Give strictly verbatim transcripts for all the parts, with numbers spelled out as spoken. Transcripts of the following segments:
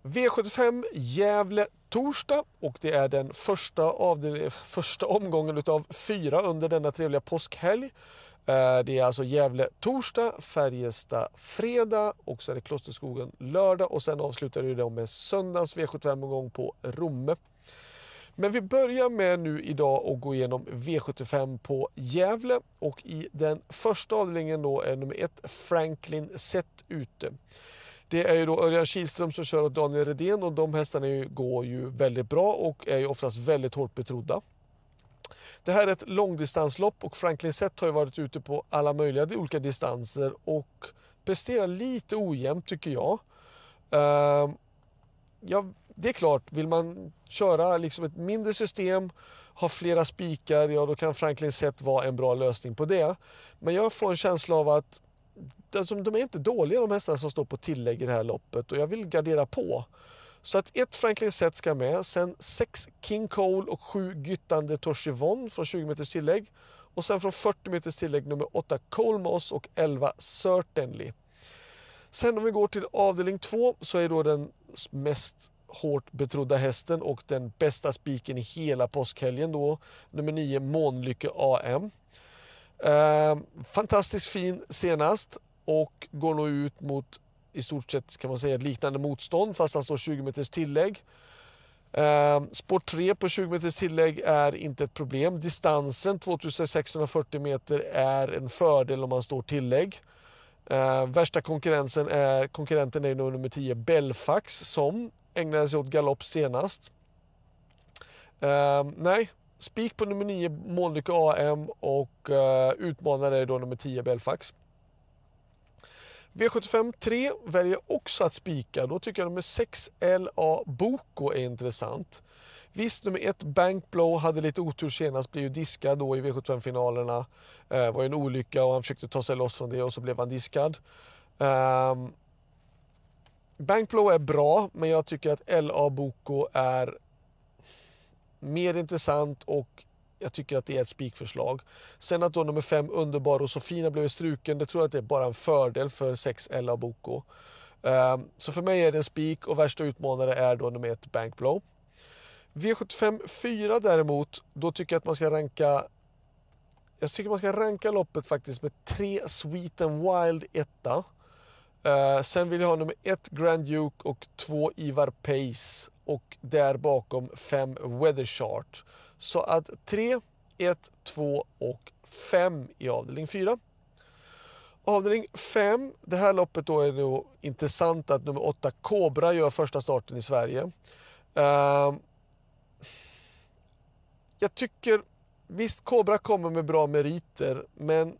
V sjuttiofem Gävle torsdag och det är den första, avdel- första omgången av fyra under denna trevliga påskhelg. Det är alltså Gävle torsdag, Färjestad fredag och så är det Klosterskogen lördag och sen avslutar det med söndagens V sjuttiofem-omgång på Romme. Men vi börjar med nu idag att gå igenom V sjuttiofem på Gävle och i den första avdelningen då är nummer ett Franklin Sett ute. Det är ju då Örjan Kihlström som kör åt Daniel Redén och de hästarna ju, går ju väldigt bra och är ju oftast väldigt hårt betrodda. Det här är ett långdistanslopp och Franklin Sett har ju varit ute på alla möjliga olika distanser och presterar lite ojämnt tycker jag. Uh, ja, det är klart, vill man köra liksom ett mindre system, ha flera spikar, ja då kan Franklin Sett vara en bra lösning på det. Men jag får en känsla av att de är inte dåliga de hästarna som står på tillägg i det här loppet och jag vill gardera på. Så att ett Franklin Sett ska med, sen sex King Cole och sju Gyttande Torchivon från tjugo meters tillägg. Och sen från fyrtio meters tillägg nummer åtta Colmos och elva Certainly. Sen om vi går till avdelning två så är då den mest hårt betrodda hästen och den bästa spiken i hela påskhelgen då, nummer nio Månlycke A M. Eh, fantastiskt fin senast och går nog ut mot i stort sett kan man säga ett liknande motstånd fast han står tjugo meters tillägg. Eh, sport tre på tjugo meters tillägg är inte ett problem. Distansen tvåtusensexhundrafyrtio meter är en fördel om man står tillägg. Eh, värsta konkurrensen är, konkurrenten är nummer tio Belfax som ägnade sig åt galopp senast. Eh, nej, spik på nummer nio Månlycke A M och eh, utmanare är då nummer tio Belfax. V sjuttiofem tre väljer också att spika. Då tycker jag nummer sex L A Boko är intressant. Visst, nummer ett Bankblow hade lite otur senast, blev ju diskad då i V sjuttiofem-finalerna. Det eh, var en olycka och han försökte ta sig loss från det och så blev han diskad. Um, Bankblow är bra, men jag tycker att L A Boko är mer intressant och jag tycker att det är ett spikförslag. Sen att då nummer fem Underbar och Sofina blev struken, det tror jag att det är bara en fördel för sex L A Boko. Um, så för mig är det en spik och värsta utmanare är då nummer ett Bankblow. V sjuttiofem fyra däremot, då tycker jag att man ska ranka jag tycker man ska ranka loppet faktiskt med tre Sweet and Wild etta. Uh, sen vill jag ha nummer ett Grand Duke och två Ivar Pace och där bakom fem Weather Chart. Så att tre, ett, två och fem i avdelning fyra. Avdelning fem, det här loppet då är det intressant att nummer åtta Cobra gör första starten i Sverige. Uh, jag tycker, visst Cobra kommer med bra meriter, men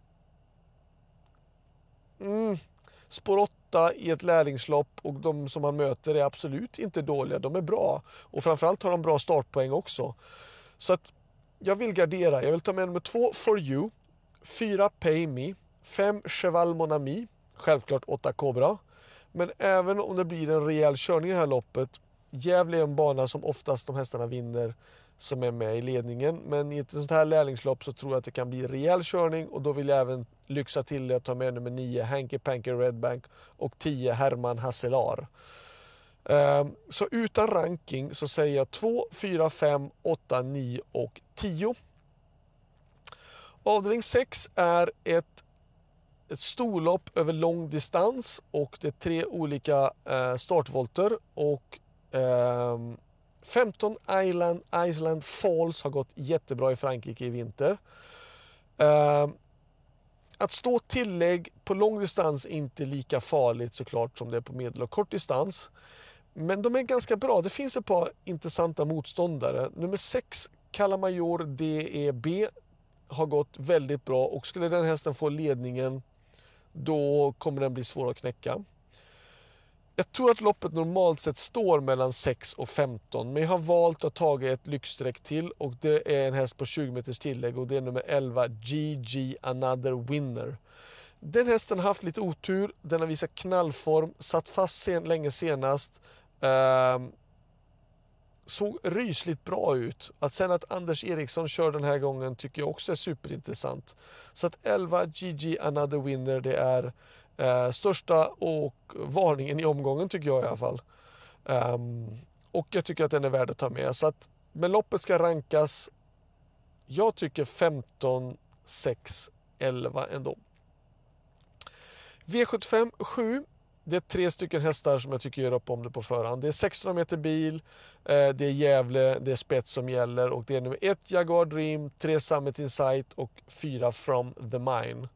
mm, spår åtta i ett lärlingslopp och de som han möter är absolut inte dåliga, de är bra. Och framförallt har de bra startpoäng också. Så att jag vill gardera, jag vill ta med nummer två For You, fyra Pay Me, fem Cheval Mon Ami, självklart åtta Cobra. Men även om det blir en rejäl körning i det här loppet, Gävle är en bana som oftast de hästarna vinner som är med i ledningen. Men i ett sånt här lärlingslopp så tror jag att det kan bli rejäl körning och då vill jag även lyxa till att ta med nummer nio Hanky Panky Redbank och tio Herman Hasselar. Så utan ranking så säger jag två, fyra, fem, åtta, nio och tio. Avdelning sex är ett, ett storlopp över lång distans och det är tre olika eh, startvolter och eh, femton Island, Island Falls har gått jättebra i Frankrike i vinter. Eh, att stå tillägg på lång distans är inte lika farligt såklart som det är på medel- och kort distans. Men de är ganska bra. Det finns ett par intressanta motståndare. Nummer sex Calamajor D E B har gått väldigt bra och skulle den hästen få ledningen då kommer den bli svår att knäcka. Jag tror att loppet normalt sett står mellan sex och femton, men jag har valt att ta ett lyxsträck till och det är en häst på tjugo meters tillägg och det är nummer elva G G Another Winner. Den hästen har haft lite otur, den har visat knallform, satt fast sen, länge senast, eh, såg rysligt bra ut. Att sen att Anders Eriksson kör den här gången tycker jag också är superintressant. Så att elva G G Another Winner, det är eh, största och varningen i omgången tycker jag i alla fall. Um, och jag tycker att den är värd att ta med. Så att, men loppet ska rankas, jag tycker femton, sex, elva ändå. V sjuttiofem sju, det är tre stycken hästar som jag tycker gör upp om det på förhand. Det är sexton meter bil, det är Gävle, det är spets som gäller och det är nummer ett Jaguar Dream, tre Summit Insight och fyra From the Mine.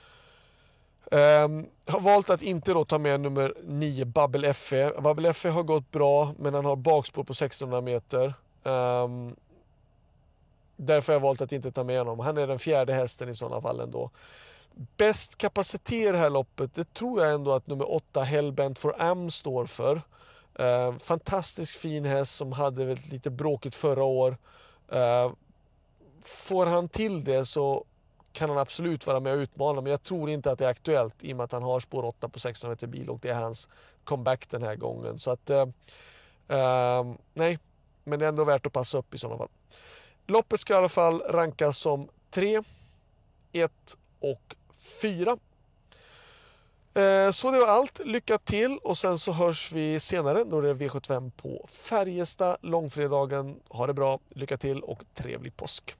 Um, har valt att inte då ta med nummer nio Bubble F E. Bubble F E har gått bra, men han har bakspår på sextonhundra meter. Um, därför har jag valt att inte ta med honom. Han är den fjärde hästen i sådana fall ändå. Bäst kapacitet i det här loppet, det tror jag ändå att nummer åtta Hellbent for Am står för. Uh, fantastisk fin häst som hade väl lite bråkigt förra år. Uh, får han till det så kan han absolut vara med och utmana, men jag tror inte att det är aktuellt i och med att han har spår åtta på sexton meter bil och det är hans comeback den här gången. Så att uh, uh, nej, men det är ändå värt att passa upp i sådana fall. Loppet ska i alla fall rankas som tre, ett och fyra. Så det var allt. Lycka till och sen så hörs vi senare då det är V sjuttiofem på Färjestad långfredagen. Ha det bra, lycka till och trevlig påsk.